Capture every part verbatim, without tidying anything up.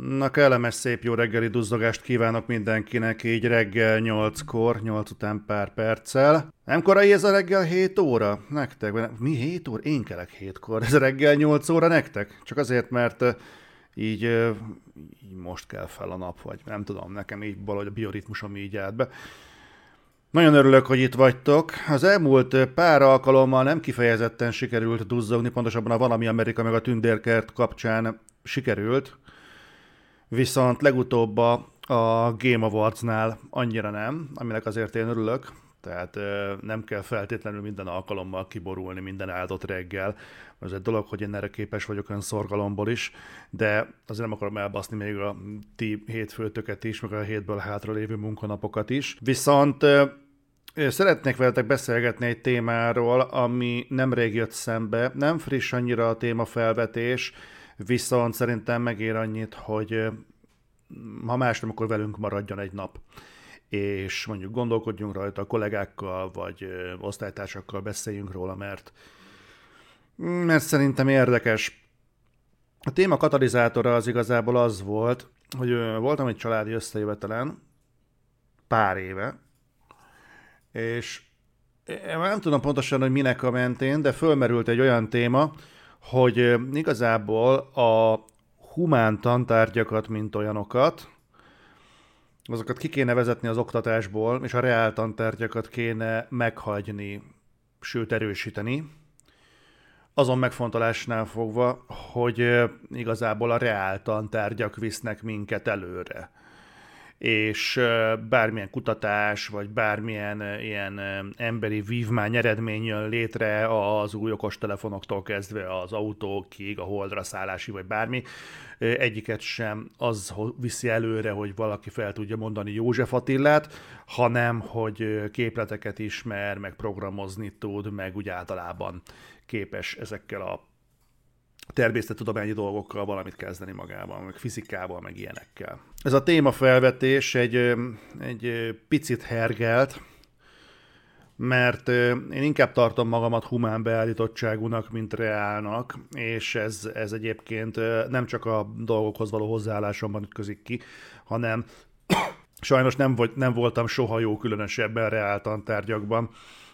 Na, kellemes szép jó reggeli duzzogást kívánok mindenkinek, így reggel nyolckor, nyolc után pár perccel. Nem korai ez a reggel hét óra? Nektek? Mi hét óra? Én kelek hétkor. Ez a reggel nyolc óra nektek? Csak azért, mert uh, így, uh, így most kell fel a nap, vagy nem tudom, nekem így valahogy a bioritmusom így állt be. Nagyon örülök, hogy itt vagytok. Az elmúlt pár alkalommal nem kifejezetten sikerült duzzogni, pontosabban a Valami Amerika meg a Tündérkert kapcsán sikerült. Viszont legutóbb a, a Game Awards-nál annyira nem, aminek azért én örülök, tehát ö, nem kell feltétlenül minden alkalommal kiborulni minden áldott reggel. Ez egy dolog, hogy én erre képes vagyok olyan szorgalomból is, de azért nem akarom elbaszni még a ti hétfőtöket is, meg a hétből hátralévő munkanapokat is. Viszont ö, szeretnék veletek beszélgetni egy témáról, ami nemrég jött szembe, nem friss annyira a témafelvetés, viszont szerintem megér annyit, hogy ha más nem, akkor velünk maradjon egy nap, és mondjuk gondolkodjunk rajta a kollégákkal, vagy osztálytársakkal beszéljünk róla, mert, mert szerintem érdekes. A téma katalizátora az igazából az volt, hogy voltam egy családi összejövetelen pár éve, és nem tudom pontosan, hogy minek a mentén, de fölmerült egy olyan téma, hogy igazából a humán tantárgyakat, mint olyanokat, azokat ki kéne vezetni az oktatásból, és a reál tantárgyakat kéne meghagyni, sőt erősíteni. Azon megfontolásnál fogva, hogy igazából a reál tantárgyak visznek minket előre. És bármilyen kutatás, vagy bármilyen ilyen emberi vívmány eredmény jön létre az új okostelefonoktól kezdve az autókig, a holdra szállási, vagy bármi, egyiket sem az viszi előre, hogy valaki fel tudja mondani József Attilát, hanem hogy képleteket ismer, meg programozni tud, meg úgy általában képes ezekkel a természettudományi dolgokkal valamit kezdeni magában, meg fizikával, meg ilyenekkel. Ez a témafelvetés egy, egy picit hergelt, mert én inkább tartom magamat humán beállítottságúnak, mint reálnak, és ez, ez egyébként nem csak a dolgokhoz való hozzáállásomban ütközik ki, hanem sajnos nem, volt, nem voltam soha jó különösebben reál tantárgyakban.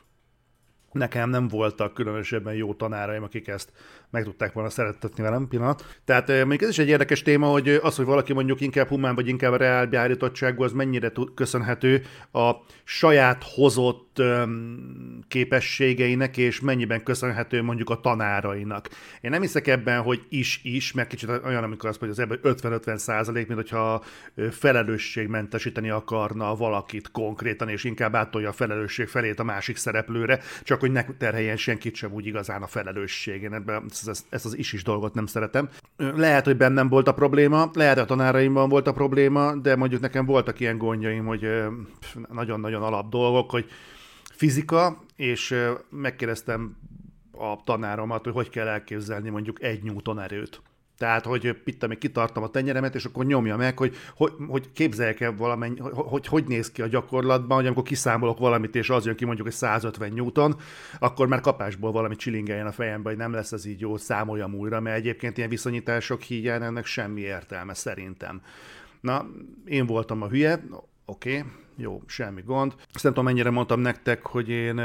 Nekem nem voltak különösebben jó tanáraim, akik ezt meg tudták volna szerettetni velem, pillanat. Tehát mondjuk ez is egy érdekes téma, hogy az, hogy valaki mondjuk inkább humán vagy inkább reál beállítottságú, az mennyire köszönhető a saját hozott öm, képességeinek, és mennyiben köszönhető mondjuk a tanárainak. Én nem hiszek ebben, hogy is-is, mert kicsit olyan, amikor azt mondja, az ebben ötven-ötven százalék, mint hogyha felelősségmentesíteni akarna valakit konkrétan, és inkább átolja a felelősség felét a másik szereplőre, csak hogy ne terheljen senkit sem úgy igazán a felelősség. Én ebben ezt, ezt az is-is dolgot nem szeretem. Lehet, hogy bennem volt a probléma, lehet, hogy a tanáraimban volt a probléma, de mondjuk nekem voltak ilyen gondjaim, hogy nagyon-nagyon alap dolgok, hogy fizika, és megkérdeztem a tanáromat, hogy hogy kell elképzelni mondjuk egy Newton erőt. Tehát, hogy pittem, még kitartom a tenyeremet, és akkor nyomja meg, hogy hogy, hogy képzeljek el valamennyi, hogy, hogy hogy néz ki a gyakorlatban, hogy amikor kiszámolok valamit, és az jön ki mondjuk egy száz ötven Newton, akkor már kapásból valami csilingeljen a fejembe, hogy nem lesz ez így jó, számoljam újra, mert egyébként ilyen viszonyítások hiány ennek semmi értelme szerintem. Na, én voltam a hülye, oké, okay, jó, semmi gond. Azt nem tudom, mennyire mondtam nektek, hogy én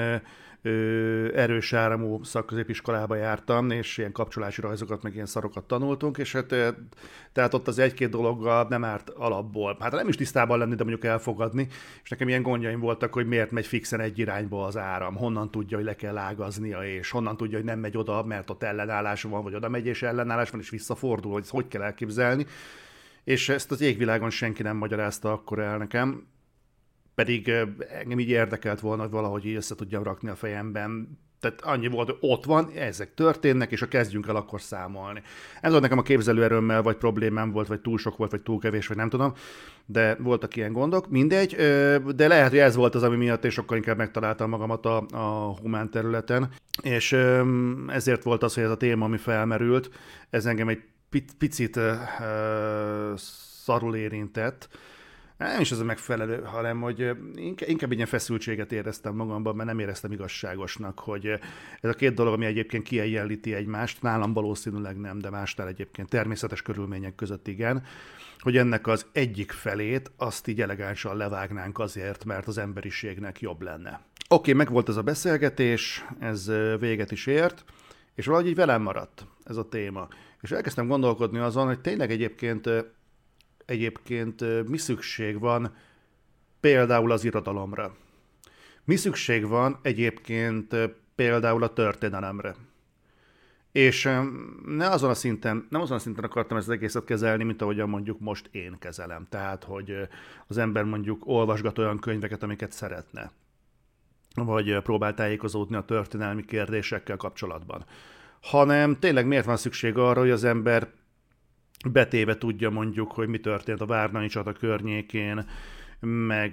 Ö, erős áramú szakközépiskolába jártam, és ilyen kapcsolási rajzokat, meg ilyen szarokat tanultunk, és hát tehát ott az egy-két dologgal nem árt alapból. Hát nem is tisztában lenni, de mondjuk elfogadni, és nekem ilyen gondjaim voltak, hogy miért megy fixen egy irányba az áram, honnan tudja, hogy le kell ágaznia, és honnan tudja, hogy nem megy oda, mert ott ellenállás van, vagy oda megy, és ellenállás van, és visszafordul, hogy ezt hogy kell elképzelni. És ezt az égvilágon senki nem magyarázta akkor el nekem. Pedig engem így érdekelt volna, hogy valahogy így össze tudjam rakni a fejemben. Tehát annyi volt, hogy ott van, ezek történnek, és ha kezdjünk el akkor számolni. Ez volt nekem a képzelőerőmmel, vagy problémám volt, vagy túl sok volt, vagy túl kevés, vagy nem tudom, de voltak ilyen gondok, mindegy, de lehet, hogy ez volt az, ami miatt, és sokkal inkább megtaláltam magamat a, a humán területen, és ezért volt az, hogy ez a téma, ami felmerült, ez engem egy picit szarul érintett, Nem is ez a megfelelő, hanem hogy inkább egy ilyen feszültséget éreztem magamban, mert nem éreztem igazságosnak, hogy ez a két dolog, ami egyébként kiegyenlíti egymást, nálam valószínűleg nem, de másnál egyébként természetes körülmények között igen, hogy ennek az egyik felét azt így elegánsan levágnánk azért, mert az emberiségnek jobb lenne. Oké, okay, megvolt ez a beszélgetés, ez véget is ért, és valahogy így velem maradt ez a téma. És elkezdtem gondolkodni azon, hogy tényleg egyébként Egyébként mi szükség van például az irodalomra? Mi szükség van egyébként például a történelemre? És ne azon a szinten, nem azon a szinten akartam ezt az egészet kezelni, mint ahogyan mondjuk most én kezelem. Tehát, hogy az ember mondjuk olvasgat olyan könyveket, amiket szeretne. Vagy próbál tájékozódni a történelmi kérdésekkel kapcsolatban. Hanem tényleg miért van szükség arra, hogy az ember betéve tudja mondjuk, hogy mi történt a Várnai csata környékén, meg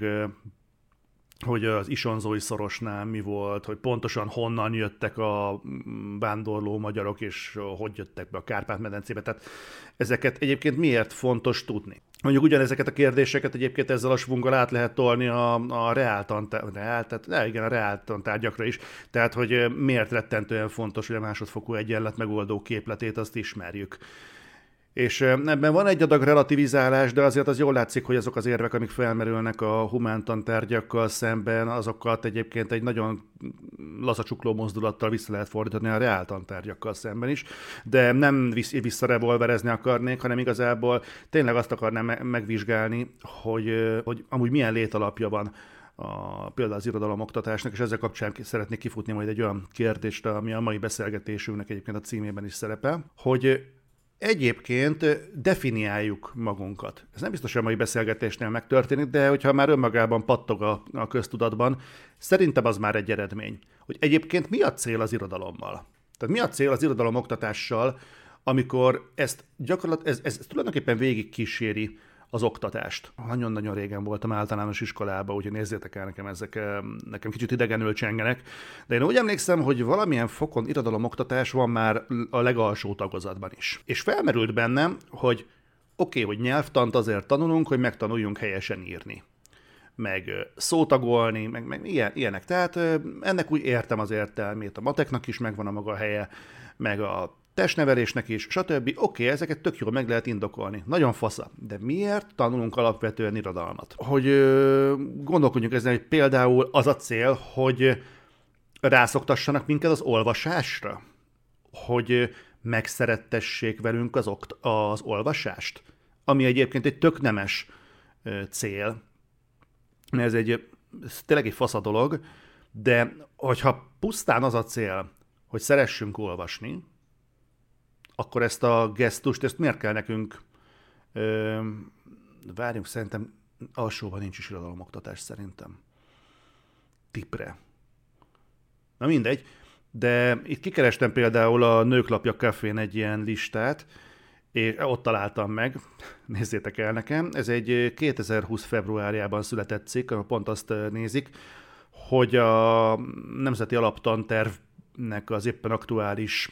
hogy az Isonzói szorosnál mi volt, hogy pontosan honnan jöttek a vándorló magyarok, és hogy jöttek be a Kárpát-medencébe. Tehát ezeket egyébként miért fontos tudni? Mondjuk ugyanezeket a kérdéseket egyébként ezzel a svunggal át lehet tolni a, a reáltantárgyakra igen, a reáltantárgyakra is. Tehát, hogy miért rettentően fontos, hogy a másodfokú egyenlet megoldó képletét azt ismerjük. És ebben van egy adag relativizálás, de azért az jól látszik, hogy azok az érvek, amik felmerülnek a humántantárgyakkal szemben, azokat egyébként egy nagyon lazacsukló mozdulattal vissza lehet fordítani a reáltantárgyakkal szemben is, de nem visszarevolverezni akarnék, hanem igazából tényleg azt akarnám megvizsgálni, hogy, hogy amúgy milyen létalapja van a, például az irodalomoktatásnak, és ezzel kapcsán szeretnék kifutni majd egy olyan kérdést, ami a mai beszélgetésünknek egyébként a címében is szerepel, hogy egyébként definiáljuk magunkat. Ez nem biztos, hogy a mai beszélgetésnél megtörténik, de hogyha már önmagában pattog a, a köztudatban, szerintem az már egy eredmény. Hogy egyébként mi a cél az irodalommal? Tehát mi a cél az irodalomoktatással, amikor ezt gyakorlatilag, ez, ez, ez tulajdonképpen végig kíséri az oktatást. Nagyon-nagyon régen voltam általános iskolában, úgyhogy nézzétek el, nekem ezek nekem kicsit idegenül csengenek. De én úgy emlékszem, hogy valamilyen fokon irodalomoktatás van már a legalsó tagozatban is. És felmerült bennem, hogy oké, okay, hogy nyelvtant azért tanulunk, hogy megtanuljunk helyesen írni. Meg szótagolni, meg, meg ilyen, ilyenek. Tehát ennek úgy értem az értelmét. A mateknak is megvan a maga helye, meg a testnevelésnek is, stb. Oké, okay, ezeket tök jól meg lehet indokolni. Nagyon fasza. De miért tanulunk alapvetően irodalmat? Hogy ö, gondolkodjunk ezen, hogy például az a cél, hogy rászoktassanak minket az olvasásra? Hogy megszerettessék velünk az, okt- az olvasást? Ami egyébként egy tök nemes ö, cél. Ez egy ez tényleg egy fasza dolog, de hogyha pusztán az a cél, hogy szeressünk olvasni, akkor ezt a gesztust, ezt miért kell nekünk, ö, várjunk, szerintem alsóban nincs is irodalomoktatás szerintem. Tipre. Na mindegy, de itt kikerestem például a Nőklapja Cafén egy ilyen listát, és ott találtam meg, nézzétek el nekem, ez egy kétezer-húsz februárjában született cikk, pont azt nézik, hogy a Nemzeti Alaptantervnek az éppen aktuális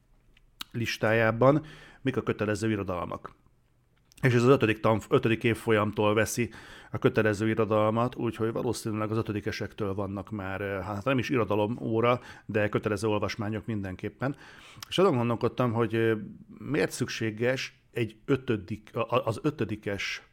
listájában mik a kötelező irodalmak. És ez az ötödik, tanf, ötödik évfolyamtól veszi a kötelező irodalmat, úgyhogy valószínűleg az ötödikesektől vannak már, hát nem is irodalom óra, de kötelező olvasmányok mindenképpen. És azon gondolkodtam, hogy miért szükséges egy ötödik, az ötödikes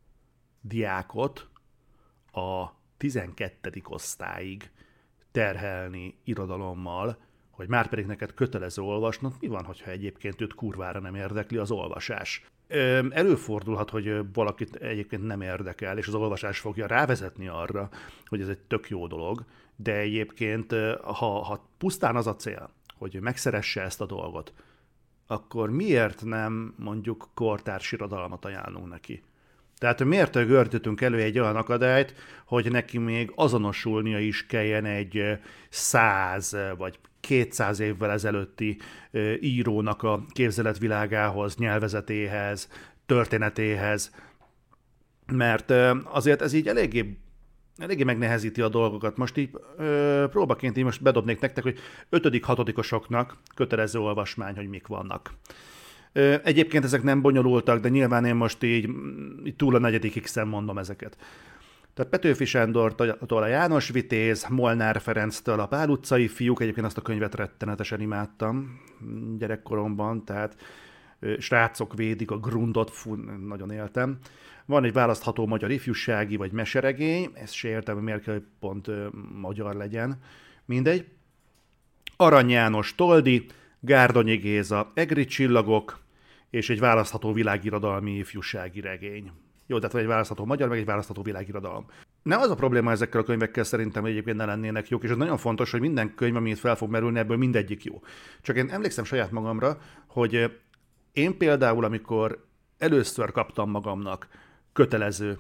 diákot a tizenkettedik osztályig terhelni irodalommal, hogy már pedig neked kötelező olvasnod, mi van, hogyha egyébként őt kurvára nem érdekli az olvasás? Előfordulhat, hogy valakit egyébként nem érdekel, és az olvasás fogja rávezetni arra, hogy ez egy tök jó dolog, de egyébként, ha, ha pusztán az a cél, hogy megszeresse ezt a dolgot, akkor miért nem mondjuk kortárs irodalmat ajánlunk neki? Tehát miért gördítünk elő egy olyan akadályt, hogy neki még azonosulnia is kelljen egy száz vagy kétszáz évvel ezelőtti írónak a képzeletvilágához, nyelvezetéhez, történetéhez, mert azért ez így eléggé, eléggé megnehezíti a dolgokat. Most így próbaként így most bedobnék nektek, hogy ötödik hatodikosoknak kötelező olvasmány, hogy mik vannak. Egyébként ezek nem bonyolultak, de nyilván én most így, így túl a negyedik X-en mondom ezeket. Tehát Petőfi Sándortól a János Vitéz, Molnár Ferenctől a Pál utcai fiúk, egyébként azt a könyvet rettenetesen imádtam gyerekkoromban, tehát Srácok védik a Grundot, fú, nagyon éltem. Van egy választható magyar ifjúsági vagy meseregény, ezt se értem, hogy miért kell, hogy pont ö, magyar legyen, mindegy. Arany János Toldi, Gárdonyi Géza Egri csillagok, és egy választható világirodalmi ifjúsági regény. Jó, tehát van egy választható magyar, meg egy választható világirodalom. Nem az a probléma ezekkel a könyvekkel szerintem, hogy egyébként ne lennének jók, és ez nagyon fontos, hogy minden könyv, amit fel fog merülni, ebből mindegyik jó. Csak én emlékszem saját magamra, hogy én például, amikor először kaptam magamnak kötelező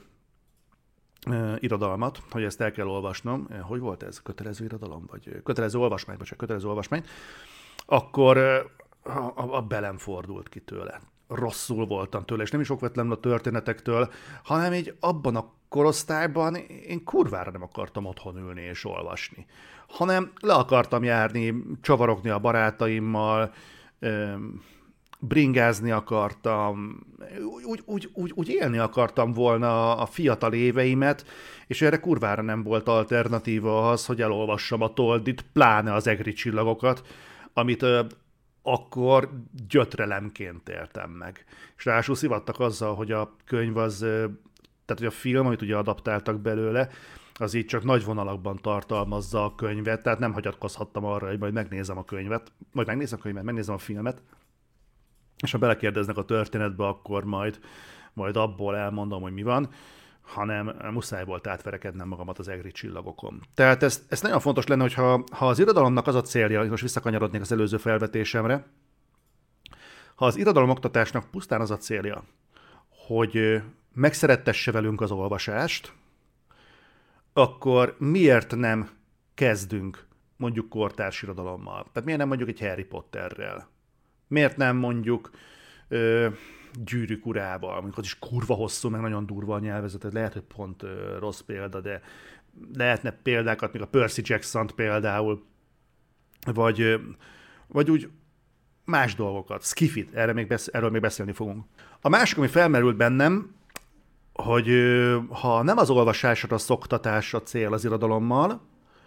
uh, irodalmat, hogy ezt el kell olvasnom, hogy volt ez? Kötelező irodalom? Vagy kötelező olvasmány, vagy csak kötelező olvasmány, akkor uh, a, a belem fordult ki tőle. Rosszul voltam tőle, és nem is okvetlenül a történetektől, hanem így abban a korosztályban én kurvára nem akartam otthon ülni és olvasni. Hanem le akartam járni, csavarogni a barátaimmal, um, bringázni akartam, úgy, úgy, úgy, úgy élni akartam volna a fiatal éveimet, és erre kurvára nem volt alternatíva az, hogy elolvassam a Toldit, pláne az Egri csillagokat, amit ö, akkor gyötrelemként éltem meg. És ráadásul szivattak azzal, hogy a könyv az, ö, tehát hogy a film, amit ugye adaptáltak belőle, az így csak nagy vonalakban tartalmazza a könyvet, tehát nem hagyatkozhattam arra, hogy majd megnézem a könyvet, majd megnézem a könyvet, megnézem a filmet, és ha belekérdeznek a történetbe, akkor majd, majd abból elmondom, hogy mi van, hanem muszáj volt átverekednem magamat az Egri csillagokon. Tehát ez, ez nagyon fontos lenne, hogyha ha az irodalomnak az a célja, most visszakanyarodnék az előző felvetésemre, ha az irodalomoktatásnak pusztán az a célja, hogy megszerettesse velünk az olvasást, akkor miért nem kezdünk mondjuk kortárs irodalommal? Tehát miért nem mondjuk egy Harry Potterrel? Miért nem mondjuk ö, Gyűrűk urával, amikor is kurva hosszú, meg nagyon durva a nyelvezet, lehet, hogy pont ö, rossz példa, de lehetne példákat, még a Percy Jackson-t például, vagy, ö, vagy úgy más dolgokat, Skiffit, erre még besz- erről még beszélni fogunk. A másik, ami felmerült bennem, hogy ö, ha nem az olvasásra, a szoktatásra cél az irodalommal,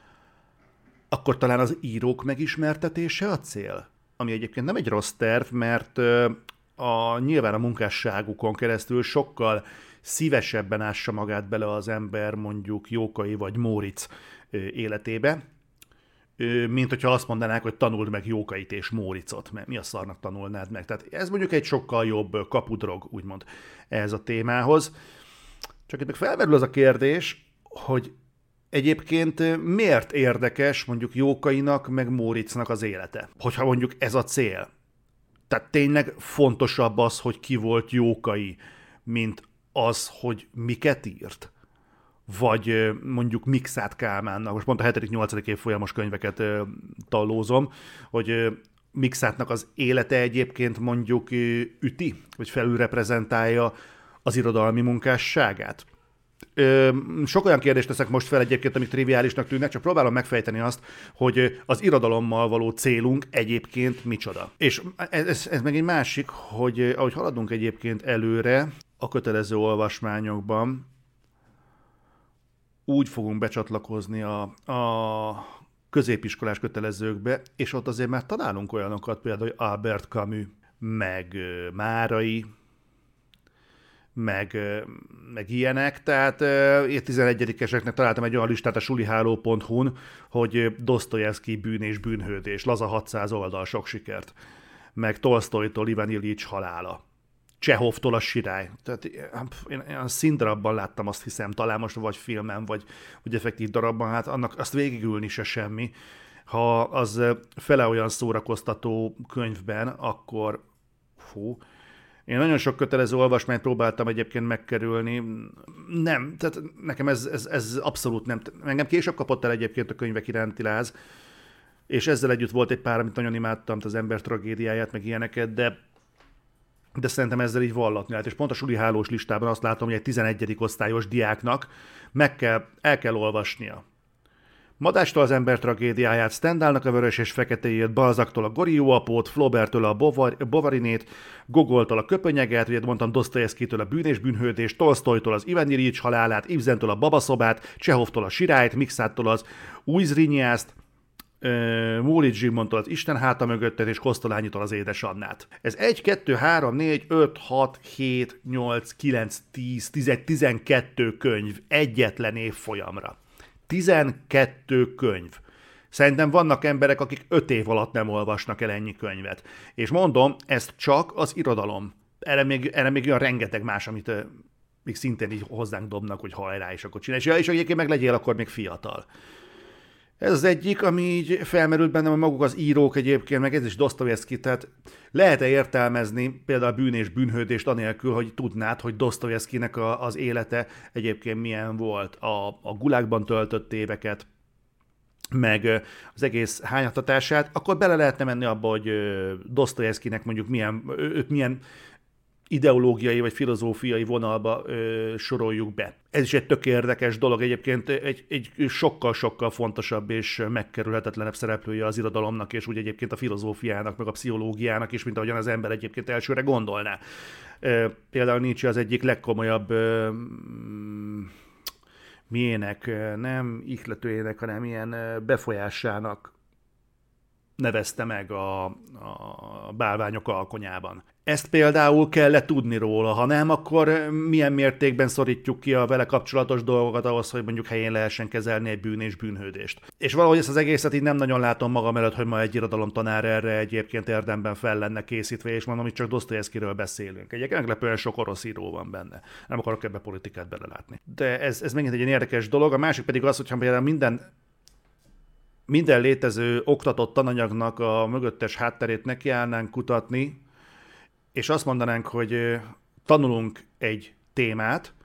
akkor talán az írók megismertetése a cél? Ami egyébként nem egy rossz terv, mert a, nyilván a munkásságukon keresztül sokkal szívesebben ássa magát bele az ember mondjuk Jókai vagy Móricz életébe, mint hogyha azt mondanák, hogy tanuld meg Jókait és Móriczot, mert mi a szarnak tanulnád meg. Tehát ez mondjuk egy sokkal jobb kapudrog, úgymond, ehhez a témához. Csak itt meg felmerül az a kérdés, hogy egyébként miért érdekes mondjuk Jókainak meg Móricznak az élete? Hogyha mondjuk ez a cél. Tehát tényleg fontosabb az, hogy ki volt Jókai, mint az, hogy miket írt? Vagy mondjuk Mikszát Kálmánnak, most pont a hetedik-nyolcadik évfolyamos könyveket tallózom, hogy Mikszátnak az élete egyébként mondjuk üti, vagy felülreprezentálja az irodalmi munkásságát. Ö, sok olyan kérdést teszek most fel egyébként, amik triviálisnak tűnnek, csak próbálom megfejteni azt, hogy az irodalommal való célunk egyébként micsoda. És ez, ez meg egy másik, hogy ahogy haladunk egyébként előre a kötelező olvasmányokban, úgy fogunk becsatlakozni a, a középiskolás kötelezőkbe, és ott azért már találunk olyanokat, például hogy Albert Camus, meg Márai, meg, meg ilyenek, tehát én tizenegyedikeseknek találtam egy olyan listát a suliháló pont hu-n, hogy Dosztojevszkij Bűn és bűnhődés, laza hatszáz oldal, sok sikert, meg Tolsztojtól Ivan Iljics halála, Csehovtól a Sirály. Tehát én, én a színdarabban láttam, azt hiszem, talán most vagy filmen, vagy, vagy effektív darabban, hát annak azt végigülni se semmi. Ha az fele olyan szórakoztató könyvben, akkor fú, én nagyon sok kötelező olvasmányt próbáltam egyébként megkerülni. Nem, tehát nekem ez, ez, ez abszolút nem. Engem később kapott el egyébként a könyvek iránti láz, és ezzel együtt volt egy pár, amit nagyon imádtam, az ember tragédiáját, meg ilyeneket, de, de szerintem ezzel így vallatni lehet. És pont a suli hálós listában azt látom, hogy egy tizenegyedik osztályos diáknak meg kell, el kell olvasnia Madástól az ember tragédiáját, Stendhalnak a Vörös és feketéjét, Balzaktól a Gorióapót, Flaubertől a Bovar- Bovarinét, Gogoltól a Köpönyeget, ugye mondtam Dosztojevszkitől a Bűn és bűnhődést, Tolsztojtól az Ivan Iljics halálát, Ibsentől a Babaszobát, Csehovtól a Sirályt, Mixáttól az Új Zrinyászt, Móricz Zsigmondtól az Isten háta mögöttet, és Kosztolányitól az Édesannát. Ez egy, kettő, három, négy, öt, hat, hét, nyolc, kilenc, tíz, tizenegy, tizenkettő könyv egyetlen évfolyamra. tizenkettő könyv. Szerintem vannak emberek, akik öt év alatt nem olvasnak el ennyi könyvet. És mondom, ezt csak az irodalom. Erre még, erre még olyan rengeteg más, amit uh, még szintén így hozzánk dobnak, hogy hajrá, és akkor csinálj. És, és egyébként meg legyél akkor még fiatal. Ez az egyik, ami így felmerült bennem, hogy maguk az írók egyébként, meg ez is Dosztojevszki, tehát lehet-e értelmezni például a Bűn és bűnhődést anélkül, hogy tudnád, hogy Dosztojevszkinek a, az élete egyébként milyen volt, a, a gulágban töltött éveket, meg az egész hányattatását, akkor bele lehetne menni abba, hogy Dosztojevszkinek mondjuk milyen, őt milyen ideológiai vagy filozófiai vonalba ö, soroljuk be. Ez is egy tök érdekes dolog, egyébként egy, egy sokkal-sokkal fontosabb és megkerülhetetlenebb szereplője az irodalomnak, és úgy egyébként a filozófiának, meg a pszichológiának is, mint ahogyan az ember egyébként elsőre gondolná. Ö, például Nietzsche az egyik legkomolyabb ö, miének, nem ihletőjének, hanem ilyen befolyásának nevezte meg a, a bálványok alkonyában. Ezt például kell tudni róla, ha nem, akkor milyen mértékben szorítjuk ki a vele kapcsolatos dolgokat ahhoz, hogy mondjuk helyén lehessen kezelni egy bűn és bűnhődést. És valahogy ezt az egészet így nem nagyon látom magam előtt, hogy ma egy irodalomtanár erre egyébként érdemben fel lenne készítve, és mondom, hogy csak Dosztojevszkiről beszélünk. Egyébként meglepően sok orosz író van benne. Nem akarok ebbe politikát belelátni. De ez, ez megint egy ilyen érdekes dolog. A másik pedig az, hogyha például minden minden létező oktatott tananyagnak a mögöttes hátterét nekiállnánk kutatni, és azt mondanánk, hogy tanulunk egy témát,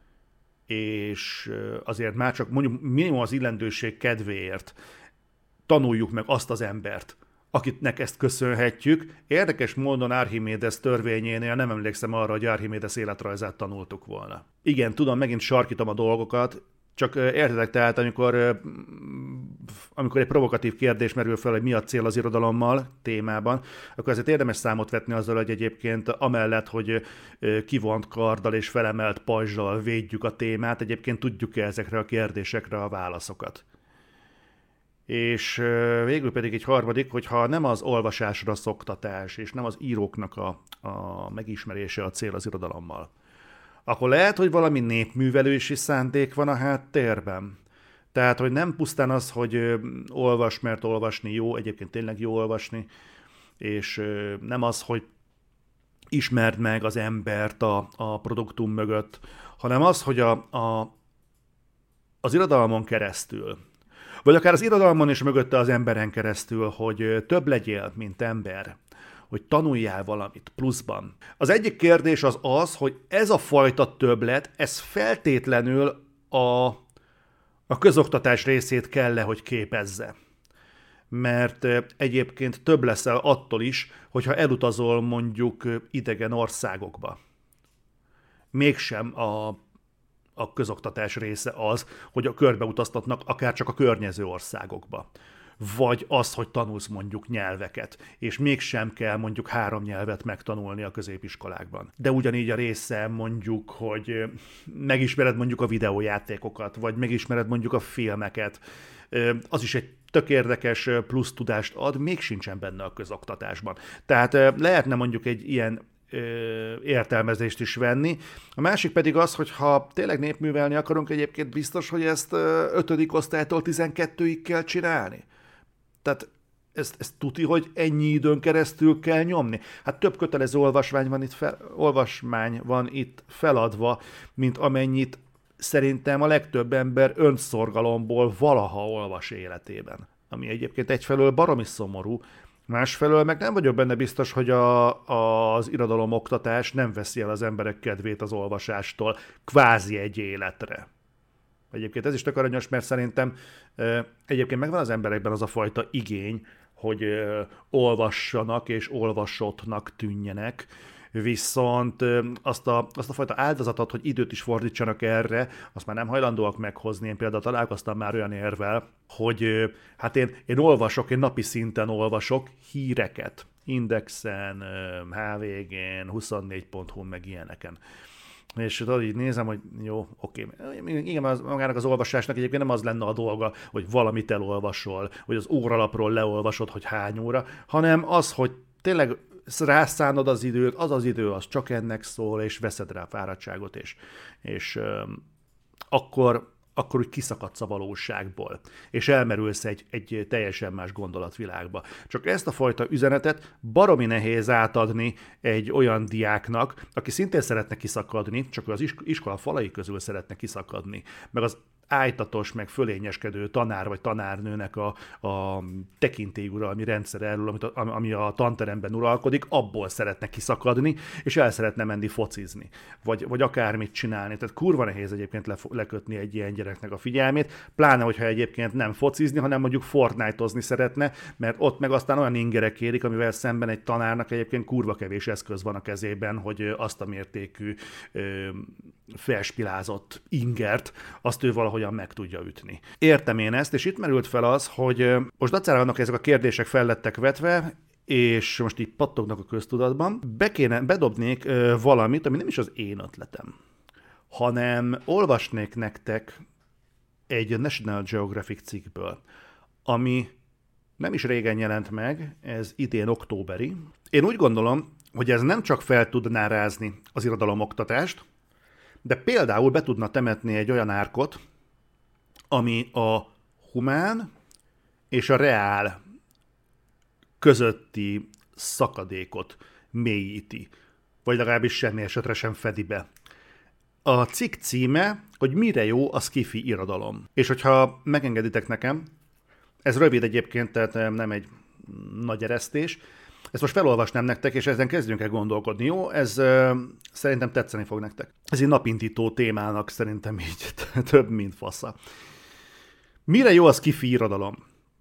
és azért már csak mondjuk minimum az illendőség kedvéért tanuljuk meg azt az embert, akitnek ezt köszönhetjük. Érdekes módon Archimédes törvényénél nem emlékszem arra, hogy Archimédes életrajzát tanultuk volna. Igen, tudom, megint sarkítom a dolgokat, csak értedek, tehát amikor, amikor egy provokatív kérdés merül fel, hogy mi a cél az irodalommal témában, akkor azért érdemes számot vetni azzal, hogy egyébként amellett, hogy kivont karddal és felemelt pajzsal védjük a témát, egyébként tudjuk-e ezekre a kérdésekre a válaszokat. És végül pedig egy harmadik, hogyha nem az olvasásra szoktatás, és nem az íróknak a, a megismerése a cél az irodalommal, akkor lehet, hogy valami népművelősi szándék van a háttérben. Tehát, hogy nem pusztán az, hogy olvas, mert olvasni jó, egyébként tényleg jó olvasni, és nem az, hogy ismerd meg az embert a, a produktum mögött, hanem az, hogy a, a, az irodalmon keresztül, vagy akár az irodalmon és mögötte az emberen keresztül, hogy több legyél, mint ember, hogy tanuljál valamit pluszban. Az egyik kérdés az az, hogy ez a fajta többlet, ez feltétlenül a, a közoktatás részét kell-e, hogy képezze. Mert egyébként több leszel attól is, hogyha elutazol mondjuk idegen országokba. Mégsem a, a közoktatás része az, hogy a körbeutaztatnak akár csak a környező országokba. Vagy az, hogy tanulsz mondjuk nyelveket, és mégsem kell mondjuk három nyelvet megtanulni a középiskolákban. De ugyanígy a része mondjuk, hogy megismered mondjuk a videójátékokat, vagy megismered mondjuk a filmeket, az is egy tök érdekes plusz tudást ad, még sincsen benne a közoktatásban. Tehát lehetne mondjuk egy ilyen értelmezést is venni. A másik pedig az, hogy ha tényleg népművelni akarunk, egyébként biztos, hogy ezt ötödik osztálytól tizenkettőig kell csinálni. Tehát ezt, ezt tuti, hogy ennyi időn keresztül kell nyomni. Hát több kötelező olvasmány van itt, fel, olvasmány van itt feladva, mint amennyit szerintem a legtöbb ember önszorgalomból valaha olvas életében. Ami egyébként egyfelől baromi szomorú, másfelől meg nem vagyok benne biztos, hogy a, az irodalomoktatás nem veszi el az emberek kedvét az olvasástól kvázi egy életre. Egyébként ez is tök aranyos, mert szerintem egyébként megvan az emberekben az a fajta igény, hogy olvassanak és olvasottnak tűnjenek, viszont azt a, azt a fajta áldozatot, hogy időt is fordítsanak erre, azt már nem hajlandóak meghozni. Én például találkoztam már olyan érvel, hogy hát én, én olvasok, én napi szinten olvasok híreket, Indexen, há vé gén, huszonnégy pont hu, meg ilyeneken. És tudod, így nézem, hogy jó, oké. Igen, az, magának az olvasásnak egyébként nem az lenne a dolga, hogy valamit elolvasol, vagy az óralapról leolvasod, hogy hány óra, hanem az, hogy tényleg rászánod az időt, az az idő, az csak ennek szól, és veszed rá fáradtságot, és, és öm, akkor, akkor úgy kiszakadsz a valóságból, és elmerülsz egy, egy teljesen más gondolatvilágba. Csak ezt a fajta üzenetet baromi nehéz átadni egy olyan diáknak, aki szintén szeretne kiszakadni, csak az iskola falai közül szeretne kiszakadni, meg az ájtatos, meg fölényeskedő tanár vagy tanárnőnek a, a tekintélyuralmi rendszer erről, amit a, ami a tanteremben uralkodik, abból szeretne kiszakadni, és el szeretne menni focizni, vagy, vagy akármit csinálni. Tehát kurva nehéz egyébként le, lekötni egy ilyen gyereknek a figyelmét, pláne, hogyha egyébként nem focizni, hanem mondjuk Fortnite-ozni szeretne, mert ott meg aztán olyan ingerek kérik, amivel szemben egy tanárnak egyébként kurva kevés eszköz van a kezében, hogy azt a mértékű ö, felspilázott ingert, azt ő valahogyan meg tudja ütni. Értem én ezt, és itt merült fel az, hogy most dacára annak ezek a kérdések fel lettek vetve, és most így pattognak a köztudatban, be kéne, bedobnék ö, valamit, ami nem is az én ötletem, hanem olvasnék nektek egy National Geographic cikkből, ami nem is régen jelent meg, ez idén októberi. Én úgy gondolom, hogy ez nem csak fel tudná rázni az irodalomoktatást, de például be tudna temetni egy olyan árkot, ami a humán és a reál közötti szakadékot mélyíti, vagy legalábbis semmi esetre sem fedi be. A cikk címe, hogy mire jó a sci-fi irodalom. És hogyha megengeditek nekem, ez rövid egyébként, tehát nem egy nagy eresztés, ezt most felolvasnám nektek, és ezen kezdjünk el gondolkodni, jó? Ez uh, szerintem tetszeni fog nektek. Ez egy napintító témának szerintem így több, mint fasza. Mire jó a sci-fi irodalom?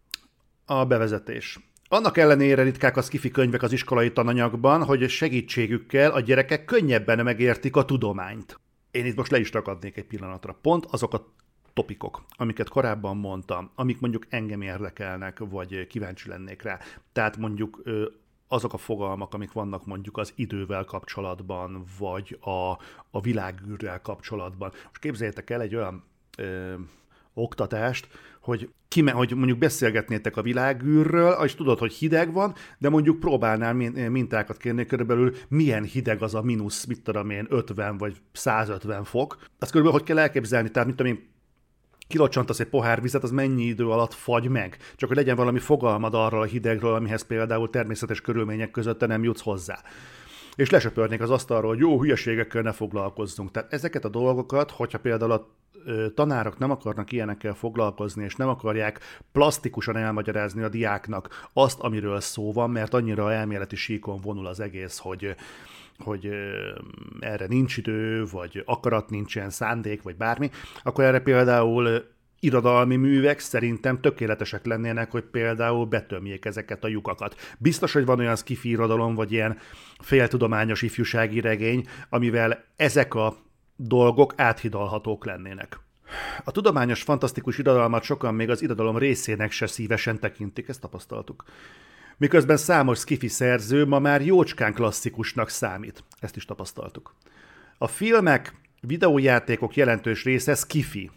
A bevezetés. Annak ellenére ritkák a sci-fi könyvek az iskolai tananyagban, hogy segítségükkel a gyerekek könnyebben megértik a tudományt. Én itt most le is rakadnék egy pillanatra. Pont azok a topikok, amiket korábban mondtam, amik mondjuk engem érdekelnek, vagy kíváncsi lennék rá. Tehát mondjuk azok a fogalmak, amik vannak mondjuk az idővel kapcsolatban, vagy a, a világűrrel kapcsolatban. Most képzeljétek el egy olyan ö, oktatást, hogy, kime, hogy mondjuk beszélgetnétek a világűrről, és tudod, hogy hideg van, de mondjuk próbálnál mintákat kérni, körülbelül milyen hideg az a mínusz, mit tudom én, ötven vagy százötven fok. Azt körülbelül hogy kell elképzelni, tehát mit tudom én, kilocsantasz egy pohár vizet, az mennyi idő alatt fagy meg? Csak hogy legyen valami fogalmad arról a hidegről, amihez például természetes körülmények között te nem jutsz hozzá. És lesöpörnék az asztalról, hogy jó, hülyeségekkel ne foglalkozzunk. Tehát ezeket a dolgokat, hogyha például a tanárok nem akarnak ilyenekkel foglalkozni, és nem akarják plastikusan elmagyarázni a diáknak azt, amiről szó van, mert annyira elméleti síkon vonul az egész, hogy hogy erre nincs idő, vagy akarat nincsen, szándék, vagy bármi, akkor erre például irodalmi művek szerintem tökéletesek lennének, hogy például betömjék ezeket a lyukakat. Biztos, hogy van olyan sci-fi irodalom, vagy ilyen féltudományos ifjúsági regény, amivel ezek a dolgok áthidalhatók lennének. A tudományos, fantasztikus irodalmat sokan még az irodalom részének se szívesen tekintik, ezt tapasztaltuk. Miközben számos sci-fi szerző ma már jócskán klasszikusnak számít. Ezt is tapasztaltuk. A filmek, videójátékok jelentős része sci-fi.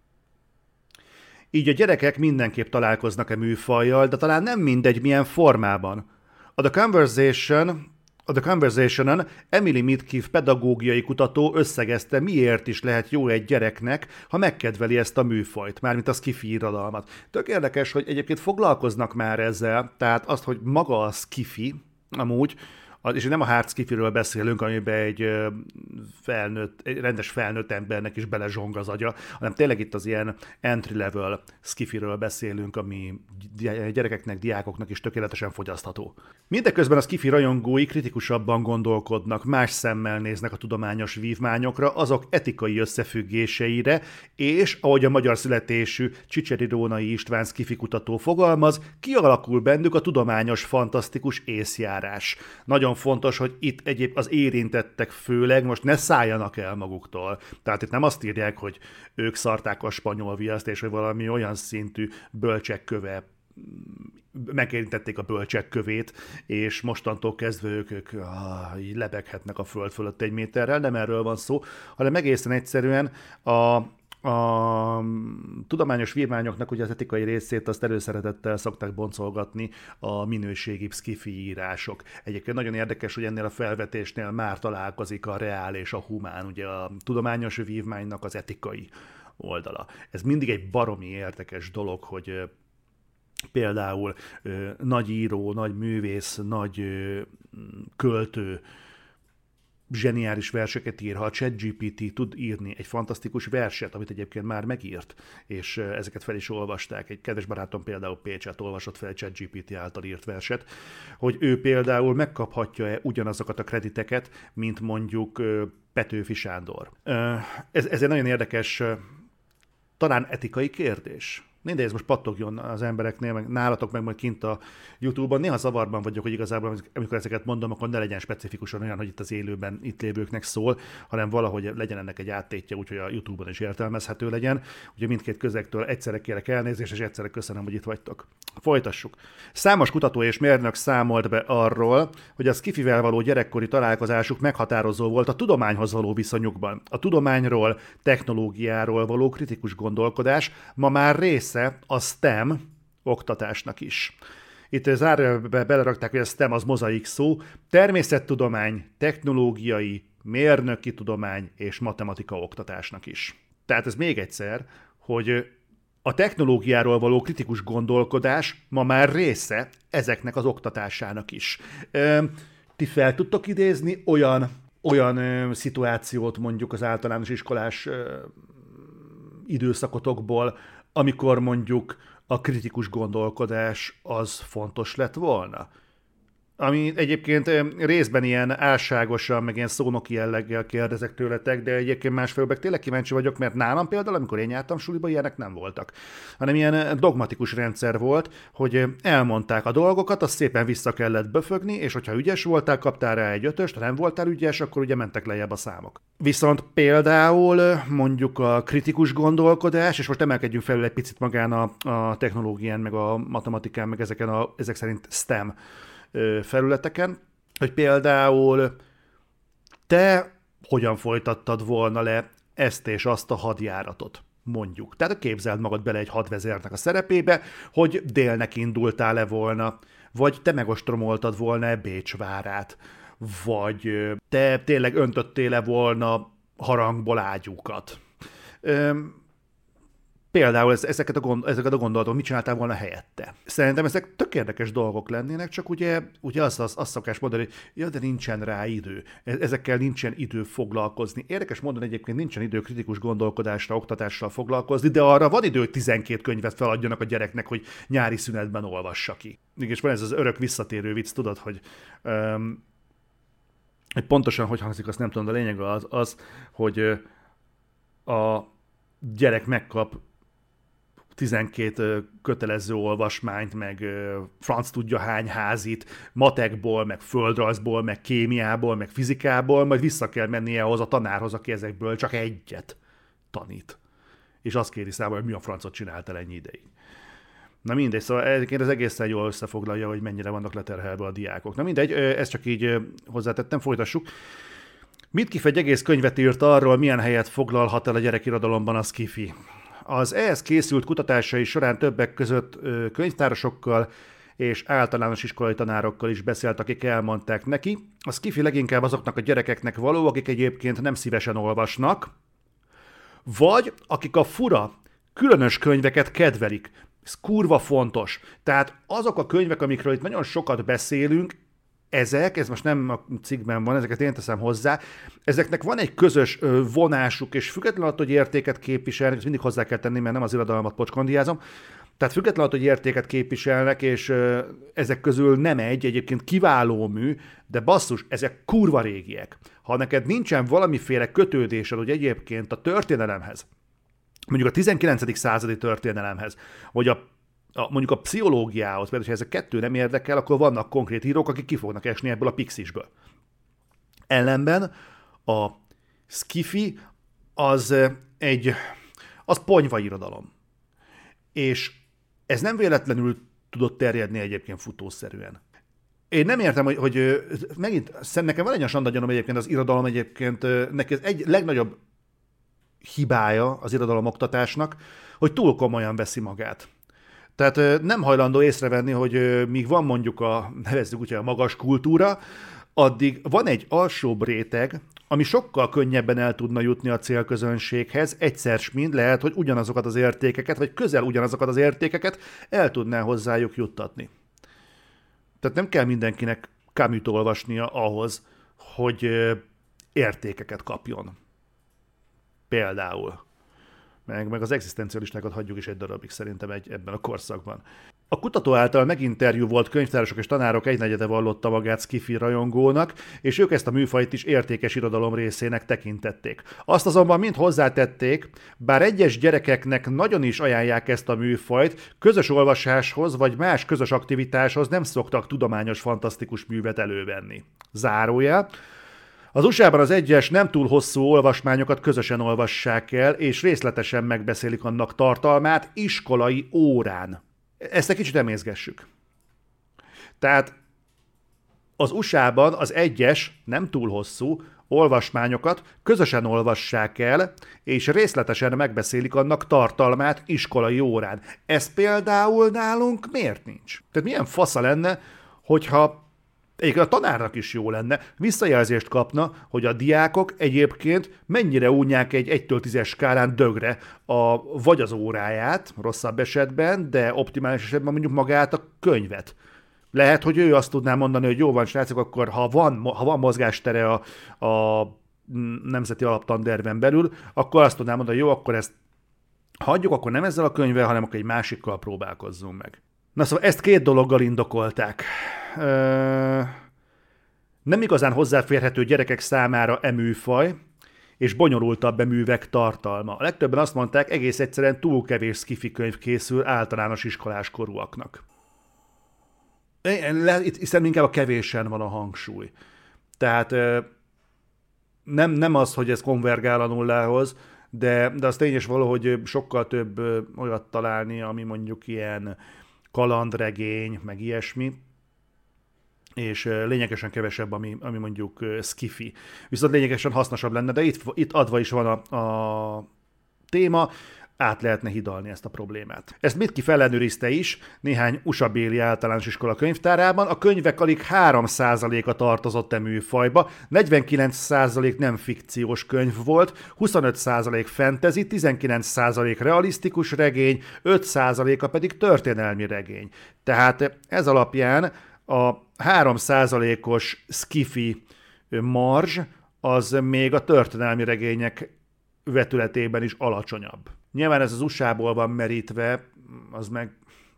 Így a gyerekek mindenképp találkoznak a műfajjal, de talán nem mindegy milyen formában. A The Conversation, a The Conversation-on Emily Midkiff pedagógiai kutató összegezte, miért is lehet jó egy gyereknek, ha megkedveli ezt a műfajt, mármint a sci-fi irodalmat. Tök érdekes, hogy egyébként foglalkoznak már ezzel, tehát azt, hogy maga a sci-fi, amúgy, és nem a hard sci-firől beszélünk, amiben egy, felnőtt, egy rendes felnőtt embernek is belezsong az agya, hanem tényleg itt az ilyen entry-level sci-firől beszélünk, ami gyerekeknek, diákoknak is tökéletesen fogyasztható. Mindeközben a sci-fi rajongói kritikusabban gondolkodnak, más szemmel néznek a tudományos vívmányokra, azok etikai összefüggéseire, és ahogy a magyar születésű Csicseri Rónai István sci-fi kutató fogalmaz, kialakul bennük a tudományos, fantasztikus észjárás. Nagyon fontos, hogy itt egyéb az érintettek főleg most ne szálljanak el maguktól. Tehát itt nem azt írják, hogy ők szarták a spanyol viaszt, és hogy valami olyan szintű bölcsekköve megérintették a bölcsek kövét, és mostantól kezdve ők, ők ah, így lebeghetnek a föld fölött egy méterrel, nem erről van szó, hanem egészen egyszerűen a A tudományos vívmányoknak ugye az etikai részét azt előszeretettel szokták boncolgatni a minőségi sci-fi írások. Egyébként nagyon érdekes, hogy ennél a felvetésnél már találkozik a reál és a humán, ugye a tudományos vívmánynak az etikai oldala. Ez mindig egy baromi érdekes dolog, hogy például ö, nagy író, nagy művész, nagy ö, költő, zseniális verseket ír. Ha a ChatGPT tud írni egy fantasztikus verset, amit egyébként már megírt, és ezeket fel is olvasták. Egy kedves barátom például Pécset olvasott fel egy ChatGPT által írt verset, hogy ő például megkaphatja-e ugyanazokat a krediteket, mint mondjuk Petőfi Sándor. Ez, ez egy nagyon érdekes, talán etikai kérdés. Mindegy, ez most pattogjon az embereknél, meg nálatok, meg majd kint a YouTube-on. Néha zavarban vagyok, hogy igazából, amikor ezeket mondom, akkor ne legyen specifikusan olyan, hogy itt az élőben itt lévőknek szól, hanem valahogy legyen ennek egy áttétje, úgyhogy a YouTube-on is értelmezhető legyen. Ugye mindkét közegtől egyszerre kérek elnézést, és egyszerre köszönöm, hogy itt vagytok. Folytassuk. Számos kutató és mérnök számolt be arról, hogy a sci-fivel való gyerekkori találkozásuk meghatározó volt a tudományhoz való viszonyukban. A tudományról, technológiáról való kritikus gondolkodás ma már része a STEM oktatásnak is. Itt zárójelbe belerakták, hogy a STEM az mozaik szó, természettudomány, technológiai, mérnöki tudomány és matematika oktatásnak is. Tehát ez még egyszer, hogy a technológiáról való kritikus gondolkodás ma már része ezeknek az oktatásának is. Ti fel tudtok idézni olyan, olyan szituációt mondjuk az általános iskolás időszakotokból, amikor mondjuk a kritikus gondolkodás az fontos lett volna? Ami egyébként részben ilyen álságosan, meg ilyen szónoki jelleggel kérdezek tőletek, de egyébként másfelől meg tényleg kíváncsi vagyok, mert nálam például, amikor én jártam suliba, ilyenek nem voltak. Hanem ilyen dogmatikus rendszer volt, hogy elmondták a dolgokat, azt szépen vissza kellett böfögni, és hogyha ügyes voltál, kaptál rá egy ötöst, ha nem voltál ügyes, akkor ugye mentek lejjebb a számok. Viszont például mondjuk a kritikus gondolkodás, és most emelkedjünk felül egy picit magán a, a technológián, meg a matematikán, meg ezeken a, ezek szerint STEM felületeken, hogy például te hogyan folytattad volna le ezt és azt a hadjáratot, mondjuk. Tehát képzeld magad bele egy hadvezérnek a szerepébe, hogy délnek indultál-e volna, vagy te megostromoltad volna-e Bécs várát, vagy te tényleg öntöttél-e volna harangból ágyúkat. Például ezeket a, gond, ezeket a gondolatok, mit csináltál volna helyette? Szerintem ezek tök érdekes dolgok lennének, csak ugye, ugye azt, azt, azt szokás mondani, hogy ja, de nincsen rá idő. Ezekkel nincsen idő foglalkozni. Érdekes mondani egyébként, nincsen idő kritikus gondolkodásra, oktatással foglalkozni, de arra van idő, hogy tizenkét könyvet feladjanak a gyereknek, hogy nyári szünetben olvassa ki. És van ez az örök visszatérő vicc, tudod, hogy, um, hogy pontosan hogy hangzik, azt nem tudom, de a lényeg az, az hogy a gyerek megkap tizenkét kötelező olvasmányt, meg franc tudja hány házit, matekból, meg földrajzból, meg kémiából, meg fizikából, majd vissza kell mennie ahhoz a tanárhoz, aki ezekből csak egyet tanít. És azt kéri számomra, hogy mi a francot csináltál ennyi ideig. Na mindegy, szóval egyébként ez egészen jól összefoglalja, hogy mennyire vannak leterhelve a diákok. Na mindegy, ezt csak így hozzátettem, folytassuk. Mitkiff egy egész könyvet írt arról, milyen helyet foglalhat el a gyerekirodalomban a sci-fi. Az ehhez készült kutatásai során többek között könyvtárosokkal és általános iskolai tanárokkal is beszélt, akik elmondták neki. A sci-fi leginkább azoknak a gyerekeknek való, akik egyébként nem szívesen olvasnak, vagy akik a fura, különös könyveket kedvelik. Ez kurva fontos. Tehát azok a könyvek, amikről itt nagyon sokat beszélünk, ezek, ez most nem a cikkben van, ezeket én teszem hozzá, ezeknek van egy közös vonásuk, és függetlenül attól, hogy értéket képviselnek, ezt mindig hozzá kell tenni, mert nem az irodalmat pocskondiázom, tehát függetlenül attól, hogy értéket képviselnek, és ezek közül nem egy, egyébként kiváló mű, de basszus, ezek kurva régiek. Ha neked nincsen valamiféle kötődésed, hogy egyébként a történelemhez, mondjuk a tizenkilencedik századi történelemhez, vagy a a, mondjuk a pszichológiához, mert ha ez a kettő nem érdekel, akkor vannak konkrét írók, akik ki fognak esni ebből a pixisből. Ellenben a sci-fi az egy, az ponyva irodalom. És ez nem véletlenül tudott terjedni egyébként futószerűen. Én nem értem, hogy, hogy megint, nekem van egy olyan sandagyanom egyébként, az irodalom egyébként, neki ez egy legnagyobb hibája az irodalomoktatásnak, hogy túl komolyan veszi magát. Tehát nem hajlandó észrevenni, hogy míg van mondjuk a, nevezzük úgy, a magas kultúra, addig van egy alsóbb réteg, ami sokkal könnyebben el tudna jutni a célközönséghez, egyszer s mind lehet, hogy ugyanazokat az értékeket, vagy közel ugyanazokat az értékeket el tudná hozzájuk juttatni. Tehát nem kell mindenkinek Camus-t olvasnia ahhoz, hogy értékeket kapjon. Például. Meg, meg az egzisztencialistákat hagyjuk is egy darabig szerintem egy, ebben a korszakban. A kutató által meginterjú volt könyvtárosok és tanárok egynegyede vallotta magát sci-fi rajongónak, és ők ezt a műfajt is értékes irodalom részének tekintették. Azt azonban mind hozzátették, bár egyes gyerekeknek nagyon is ajánlják ezt a műfajt, közös olvasáshoz vagy más közös aktivitáshoz nem szoktak tudományos fantasztikus művet elővenni. Zárójel. Az u es á-ban az egyes nem túl hosszú olvasmányokat közösen olvassák el, és részletesen megbeszélik annak tartalmát iskolai órán. Ezt egy kicsit emészgessük. Tehát az u es á-ban az egyes nem túl hosszú olvasmányokat közösen olvassák el, és részletesen megbeszélik annak tartalmát iskolai órán. Ez például nálunk miért nincs? Tehát milyen fasza lenne, hogyha egyébként a tanárnak is jó lenne, visszajelzést kapna, hogy a diákok egyébként mennyire unják egy egytől tízes skálán dögre a, vagy az óráját, rosszabb esetben, de optimális esetben mondjuk magát a könyvet. Lehet, hogy ő azt tudná mondani, hogy jó van, srácok, akkor ha van, ha van mozgástere a, a nemzeti alaptanterven belül, akkor azt tudná mondani, hogy jó, akkor ezt hagyjuk, akkor nem ezzel a könyvvel, hanem akkor egy másikkal próbálkozzunk meg. Na szóval ezt két dologgal indokolták. Ö... Nem igazán hozzáférhető gyerekek számára e műfaj, és bonyolultabb e művek tartalma. A legtöbben azt mondták, egész egyszerűen túl kevés sci-fi könyv készül általános iskolás korúaknak. Itt hiszen inkább a kevésen van a hangsúly. Tehát nem, nem az, hogy ez konvergál a nullához, de, de az tényes valahogy sokkal több olyat találni, ami mondjuk ilyen kalandregény, meg ilyesmi, és lényegesen kevesebb, ami, ami mondjuk sci-fi. Viszont lényegesen hasznosabb lenne, de itt, itt adva is van a, a téma, át lehetne hidalni ezt a problémát. Ezt Mitki felelőrizte is néhány u es á-béli általános iskola könyvtárában. A könyvek alig három százaléka tartozott e műfajba, negyvenkilenc százalék nem fikciós könyv volt, huszonöt százalék fantasy, tizenkilenc százalék realisztikus regény, öt százaléka pedig történelmi regény. Tehát ez alapján a három százalékos sci-fi marzs az még a történelmi regények vetületében is alacsonyabb. Nyilván ez az u es á-ból van merítve, az meg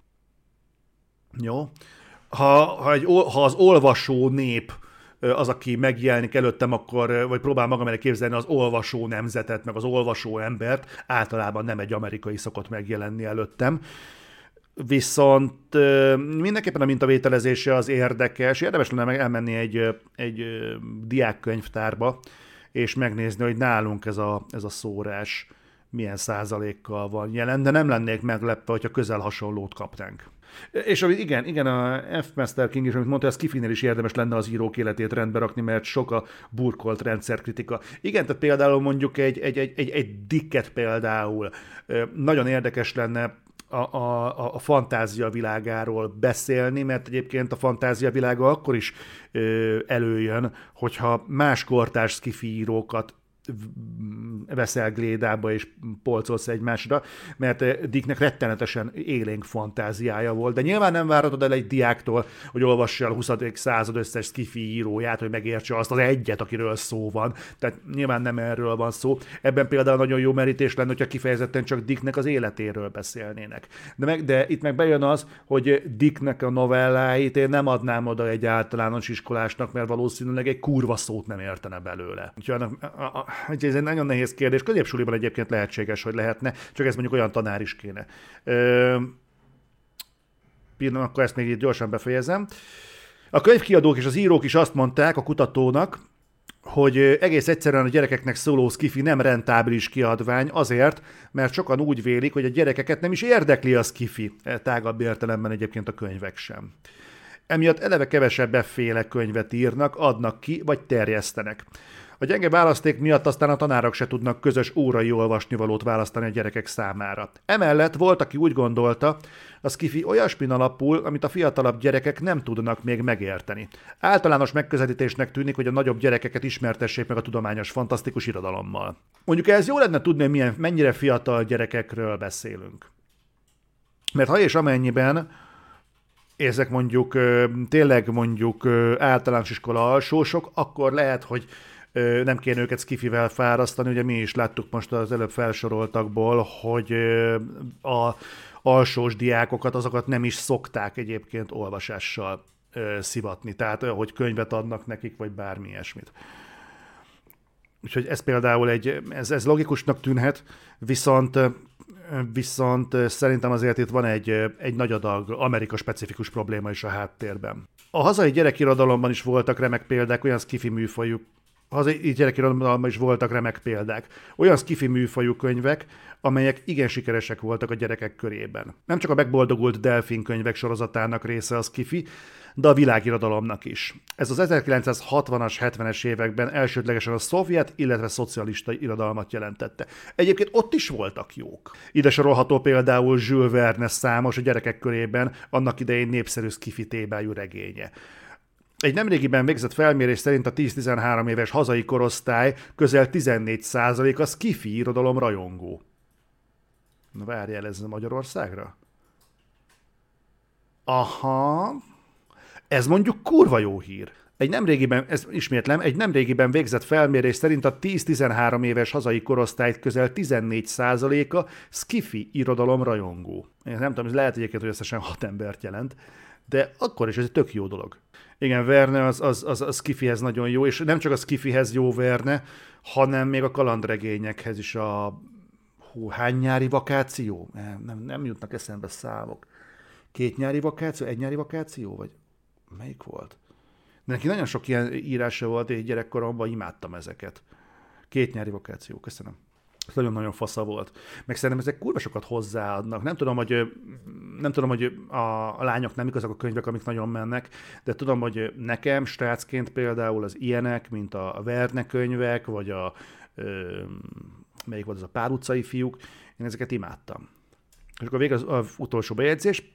jó. Ha, ha, egy, ha az olvasó nép az, aki megjelenik előttem, akkor, vagy próbál magam elé képzelni az olvasó nemzetet, meg az olvasó embert, általában nem egy amerikai szokott megjelenni előttem. Viszont mindenképpen a mintavételezése az érdekes, érdemes lenne meg elmenni egy, egy diákkönyvtárba, és megnézni, hogy nálunk ez a, ez a szórás milyen százalékkal van jelen, de nem lennék meglepve, hogyha közel hasonlót kapnánk. És igen, igen, a F. Master King is, amit mondta, a sci-finél is érdemes lenne az írók életét rendbe rakni, mert sok a burkolt rendszerkritika. Igen, tehát például mondjuk egy, egy, egy, egy, egy Dicket például nagyon érdekes lenne a, a, a fantázia világáról beszélni, mert egyébként a fantázia világa akkor is ö, előjön, hogyha más kortárs sci-fi írókat veszel glédába és polcolsz egymásra, mert Dicknek rettenetesen élénk fantáziája volt, de nyilván nem várhatod el egy diáktól, hogy olvassa el a huszadik század összes sci-fi íróját, hogy megértse azt az egyet, akiről szó van. Tehát nyilván nem erről van szó. Ebben például nagyon jó merítés lenne, hogyha kifejezetten csak Dicknek az életéről beszélnének. De, meg, de itt meg bejön az, hogy Dicknek a novelláit én nem adnám oda egy általános iskolásnak, mert valószínűleg egy kurva szót nem értene belőle. Úgyhogy a, a, a, ez egy nagyon nehéz kérdés. Középsuliban egyébként lehetséges, hogy lehetne, csak ez mondjuk olyan tanár is kéne. Ö, pillanat, akkor ezt még így gyorsan befejezem. A könyvkiadók és az írók is azt mondták a kutatónak, hogy egész egyszerűen a gyerekeknek szóló skifi nem rentábilis kiadvány azért, mert sokan úgy vélik, hogy a gyerekeket nem is érdekli a skifi, tágabb értelemben egyébként a könyvek sem. Emiatt eleve kevesebb efféle könyvet írnak, adnak ki vagy terjesztenek. A gyenge választék miatt aztán a tanárok se tudnak közös órai olvasnivalót választani a gyerekek számára. Emellett volt, aki úgy gondolta, a skifi olyasmin alapul, amit a fiatalabb gyerekek nem tudnak még megérteni. Általános megközelítésnek tűnik, hogy a nagyobb gyerekeket ismertessék meg a tudományos, fantasztikus irodalommal. Mondjuk ez jó lenne tudni, hogy milyen, mennyire fiatal gyerekekről beszélünk. Mert ha és amennyiben ezek mondjuk tényleg mondjuk általános iskola alsósok, akkor lehet, hogy nem kéne őket skifivel fárasztani. Ugye mi is láttuk most az előbb felsoroltakból, hogy a alsós diákokat, azokat nem is szokták egyébként olvasással szivatni. Tehát, hogy könyvet adnak nekik, vagy bármi ilyesmit. Úgyhogy ez például egy, ez, ez logikusnak tűnhet, viszont viszont szerintem azért itt van egy, egy nagy adag Amerika-specifikus probléma is a háttérben. A hazai gyerekirodalomban is voltak remek példák, olyan skifi műfajú, a hazai gyerekirodalomban is voltak remek példák, olyan skifi műfajú könyvek, amelyek igen sikeresek voltak a gyerekek körében. Nem csak a megboldogult delfin könyvek sorozatának része a skifi, de a világirodalomnak is. Ez az ezerkilencszázhatvanas, hetvenes években elsődlegesen a szovjet, illetve szocialista irodalmat jelentette. Egyébként ott is voltak jók. Ide sorolható például Jules Verne számos a gyerekek körében annak idején népszerű skifi témájú regénye. Egy nemrégiben végzett felmérés szerint a tíz-tizenhárom éves hazai korosztály közel tizennégy százalék a skifi irodalom rajongó. Na várjál, ez Magyarországra? Aha... Ez mondjuk kurva jó hír. Egy nemrégiben, ez ismétlem, egy nemrégiben végzett felmérés szerint a tíz-tizenhárom éves hazai korosztályt közel tizennégy százaléka skifi irodalom rajongó. Én nem tudom, ez lehet egyébként, hogy összesen hat embert jelent, de akkor is ez egy tök jó dolog. Igen, Verne az, az, az a skifihez nagyon jó, és nem csak a skifihez jó Verne, hanem még a kalandregényekhez is a... Hú, hány nyári vakáció? Nem, nem, nem jutnak eszembe számok. Két nyári vakáció? Egy nyári vakáció? Vagy... Melyik volt? De neki nagyon sok ilyen írása volt, és gyerekkoromban imádtam ezeket. Két nyári vakáció, köszönöm. Ez nagyon-nagyon fasza volt. Meg szerintem ezek kurva sokat hozzáadnak. Nem tudom, hogy, nem tudom, hogy a, a lányok nem azok a könyvek, amik nagyon mennek, de tudom, hogy nekem, srácként például az ilyenek, mint a Verne könyvek, vagy a ö, melyik volt az a Pár utcai fiúk, én ezeket imádtam. És akkor végül az, az utolsó bejegyzés.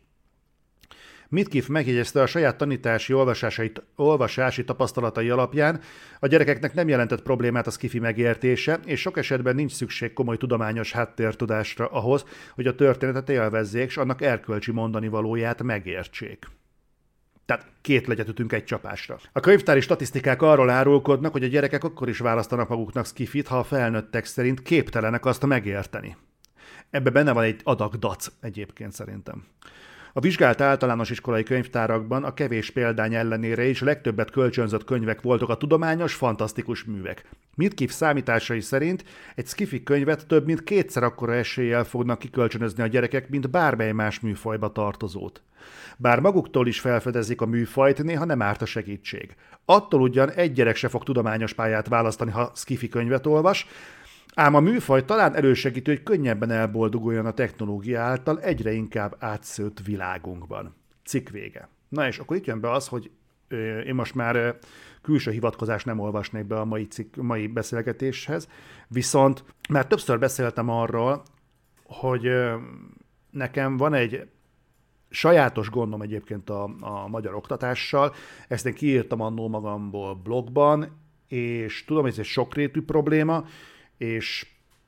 Midkiff megjegyezte, a saját tanítási, olvasási, olvasási tapasztalatai alapján a gyerekeknek nem jelentett problémát a skifi megértése, és sok esetben nincs szükség komoly tudományos háttértudásra ahhoz, hogy a történetet élvezzék, és annak erkölcsi mondani valóját megértsék. Tehát két legyet ütünk egy csapásra. A könyvtári statisztikák arról árulkodnak, hogy a gyerekek akkor is választanak maguknak skifit, ha a felnőttek szerint képtelenek azt megérteni. Ebben benne van egy adag dac egyébként szerintem. A vizsgált általános iskolai könyvtárakban a kevés példány ellenére is a legtöbbet kölcsönzött könyvek voltak a tudományos, fantasztikus művek. Midkiff számításai szerint egy skifi könyvet több mint kétszer akkora eséllyel fognak kikölcsönözni a gyerekek, mint bármely más műfajba tartozót. Bár maguktól is felfedezik a műfajt, néha nem árt a segítség. Attól ugyan egy gyerek se fog tudományos pályát választani, ha skifi könyvet olvas, ám a műfaj talán elősegítő, hogy könnyebben elboldoguljon a technológia által egyre inkább átszőtt világunkban. Cikk vége. Na és akkor itt jön be az, hogy ö, én most már ö, külső hivatkozást nem olvasnék be a mai, cikk, mai beszélgetéshez, viszont már többször beszéltem arról, hogy ö, nekem van egy sajátos gondom egyébként a, a magyar oktatással, ezt én kiírtam annó magamból blogban, és tudom, hogy ez egy sokrétű probléma, és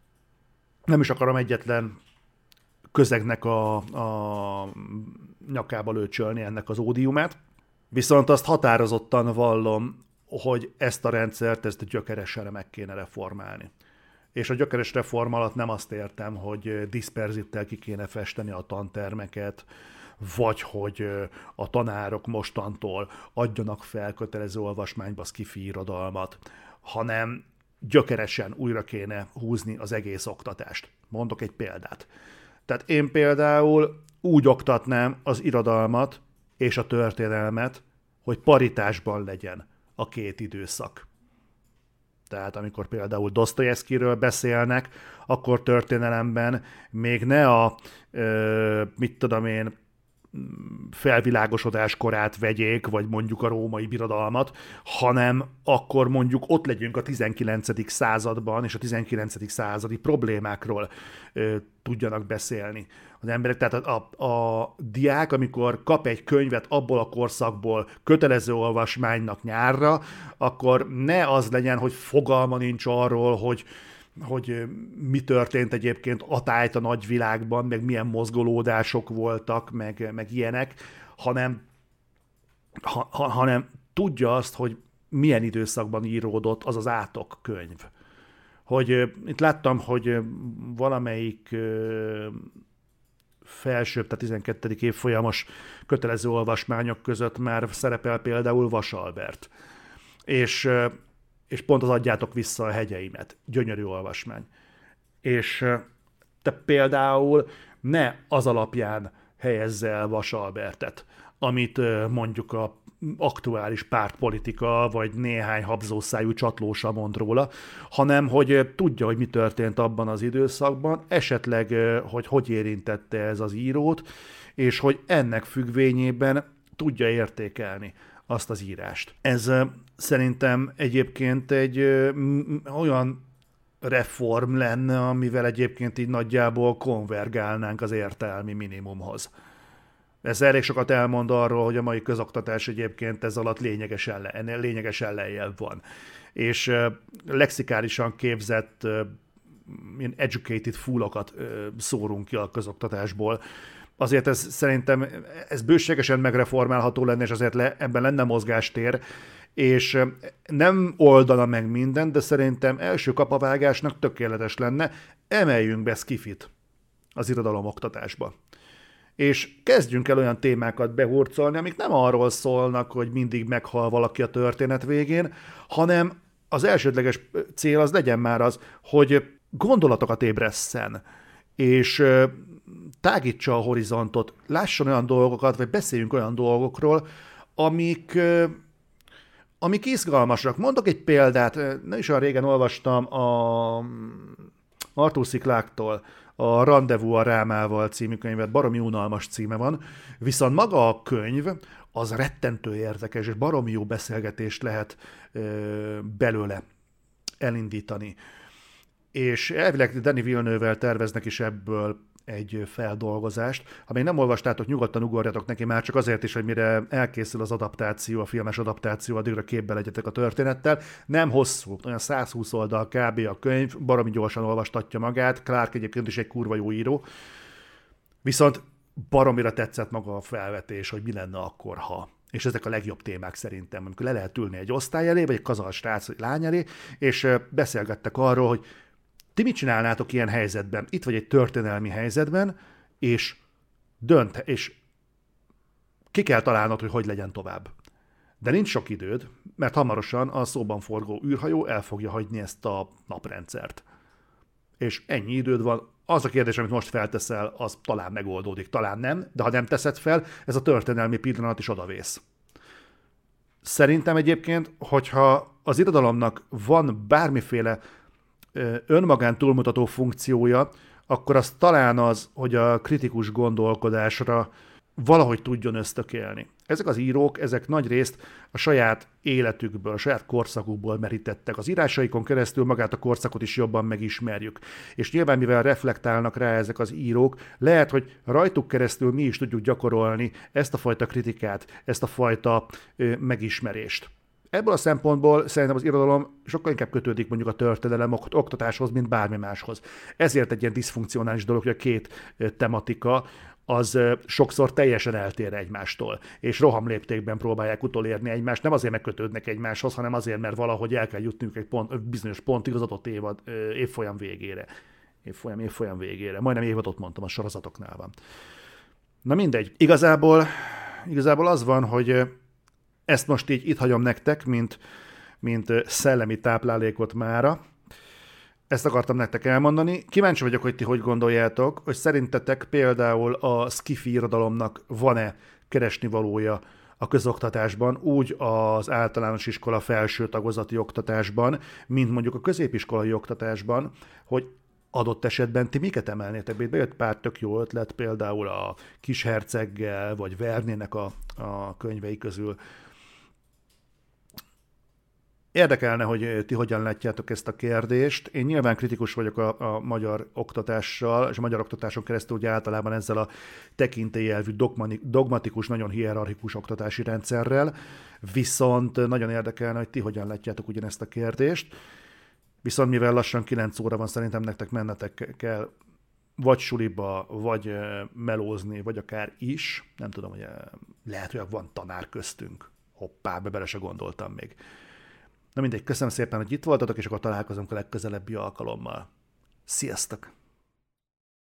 nem is akarom egyetlen közegnek a, a nyakába lőcsölni ennek az ódiumát, viszont azt határozottan vallom, hogy ezt a rendszert, ezt gyökeresen meg kéne reformálni. És a gyökeres reform alatt nem azt értem, hogy diszperzittel ki kéne festeni a tantermeket, vagy hogy a tanárok mostantól adjanak fel kötelező olvasmányba skifi irodalmat, hanem gyökeresen újra kéne húzni az egész oktatást. Mondok egy példát. Tehát én például úgy oktatnám az irodalmat és a történelmet, hogy paritásban legyen a két időszak. Tehát amikor például Dosztojevszkiről beszélnek, akkor történelemben még ne a, ö, mit tudom én, felvilágosodás korát vegyék, vagy mondjuk a római birodalmat, hanem akkor mondjuk ott legyünk a tizenkilencedik században, és a tizenkilencedik századi problémákról ö, tudjanak beszélni az emberek. Tehát a, a, a diák, amikor kap egy könyvet abból a korszakból kötelező olvasmánynak nyárra, akkor ne az legyen, hogy fogalma nincs arról, hogy hogy mi történt egyébként a tájt a nagyvilágban, meg milyen mozgolódások voltak, meg, meg ilyenek, hanem, ha, ha, hanem tudja azt, hogy milyen időszakban íródott az az Átok könyv. Hogy uh, itt láttam, hogy uh, valamelyik uh, felsőbb, tehát tizenkettedik évfolyamos kötelező olvasmányok között már szerepel például Vasalbert. És uh, és pont az Adjátok vissza a hegyeimet. Gyönyörű olvasmány. És te például ne az alapján helyezz el Vasalbertet, amit mondjuk a aktuális pártpolitika, vagy néhány habzószájú csatlósa mond róla, hanem hogy tudja, hogy mi történt abban az időszakban, esetleg, hogy hogy érintette ez az írót, és hogy ennek függvényében tudja értékelni azt az írást. Ez uh, szerintem egyébként egy uh, olyan reform lenne, amivel egyébként így nagyjából konvergálnánk az értelmi minimumhoz. Ez elég sokat elmond arról, hogy a mai közoktatás egyébként ez alatt lényegesen, le, ennél lényegesen lejjebb van. És uh, lexikálisan képzett uh, ilyen educated foolokat uh, szórunk ki a közoktatásból. Azért ez szerintem ez bőségesen megreformálható lenne, és azért le, ebben lenne mozgástér, és nem oldana meg mindent, de szerintem első kapavágásnak tökéletes lenne, emeljünk be skifit az irodalomoktatásba. És kezdjünk el olyan témákat behurcolni, amik nem arról szólnak, hogy mindig meghal valaki a történet végén, hanem az elsődleges cél az legyen már az, hogy gondolatokat ébresszen, és tágítsa a horizontot, lásson olyan dolgokat, vagy beszéljünk olyan dolgokról, amik, amik izgalmasak. Mondok egy példát, nem is olyan régen olvastam a Arthur C. Clarke-tól a Rendezvous a Rámával című könyvet, baromi unalmas címe van, viszont maga a könyv az rettentő érdekes, és baromi jó beszélgetést lehet belőle elindítani. És elvileg Denis Villeneuve-vel terveznek is ebből egy feldolgozást. Ha még nem olvastátok, nyugodtan ugorjatok neki, már csak azért is, hogy mire elkészül az adaptáció, a filmes adaptáció, addigra képbe legyetek a történettel. Nem hosszú, olyan száz húsz oldal kb. A könyv, baromi gyorsan olvastatja magát, Clarke egyébként is egy kurva jó író. Viszont baromira tetszett maga a felvetés, hogy mi lenne akkor, ha. És ezek a legjobb témák szerintem, amikor le lehet ülni egy osztály elé, vagy egy kazal srác, vagy lány elé, és beszélgettek arról, hogy ti mit csinálnátok ilyen helyzetben? Itt vagy egy történelmi helyzetben, és dönt, és ki kell találnod, hogy hogy legyen tovább. De nincs sok időd, mert hamarosan a szóban forgó űrhajó el fogja hagyni ezt a naprendszert. És ennyi időd van. Az a kérdés, amit most felteszel, az talán megoldódik, talán nem, de ha nem teszed fel, ez a történelmi pillanat is odavész. Szerintem egyébként, hogyha az irodalomnak van bármiféle önmagán túlmutató funkciója, akkor az talán az, hogy a kritikus gondolkodásra valahogy tudjon ösztökélni. Ezek az írók, ezek nagyrészt a saját életükből, a saját korszakukból merítettek. Az írásaikon keresztül magát a korszakot is jobban megismerjük. És nyilván, mivel reflektálnak rá ezek az írók, lehet, hogy rajtuk keresztül mi is tudjuk gyakorolni ezt a fajta kritikát, ezt a fajta ö, megismerést. Ebből a szempontból szerintem az irodalom sokkal inkább kötődik mondjuk a történelem oktatáshoz, mint bármi máshoz. Ezért egy ilyen diszfunkcionális dolog, hogy a két tematika az sokszor teljesen eltér egymástól, és rohamléptékben próbálják utolérni egymást, nem azért megkötődnek egymáshoz, hanem azért, mert valahogy el kell jutniuk egy pont, bizonyos pontig az adott évad, évfolyam végére. Évfolyam, évfolyam végére. Majdnem évadot mondtam, a sorozatoknál van. Na mindegy. Igazából, igazából az van, hogy ezt most így itt hagyom nektek, mint, mint szellemi táplálékot mára, Ezt akartam nektek elmondani. Kíváncsi vagyok, hogy ti hogy gondoljátok, hogy szerintetek például a skifi irodalomnak van-e keresnivalója a közoktatásban, úgy az általános iskola felső tagozati oktatásban, mint mondjuk a középiskolai oktatásban, hogy adott esetben ti miket emelnétek be? Itt bejött pár tök jó ötlet, például a Kisherceggel, vagy Vernének a, a könyvei közül. Érdekelne, hogy ti hogyan látjátok ezt a kérdést. Én nyilván kritikus vagyok a, a magyar oktatással, és a magyar oktatáson keresztül ugye általában ezzel a tekintélyelvű, dogmatikus, nagyon hierarchikus oktatási rendszerrel, viszont nagyon érdekelne, hogy ti hogyan látjátok ugyanezt a kérdést. Viszont mivel lassan kilenc óra van, szerintem nektek mennetek kell vagy suliba, vagy melózni, vagy akár is. Nem tudom, hogy lehet, hogy van tanár köztünk. Hoppá, be bele se gondoltam még. Na mindegy, köszönöm szépen, hogy itt voltatok, és akkor találkozunk a legközelebbi alkalommal. Sziasztok!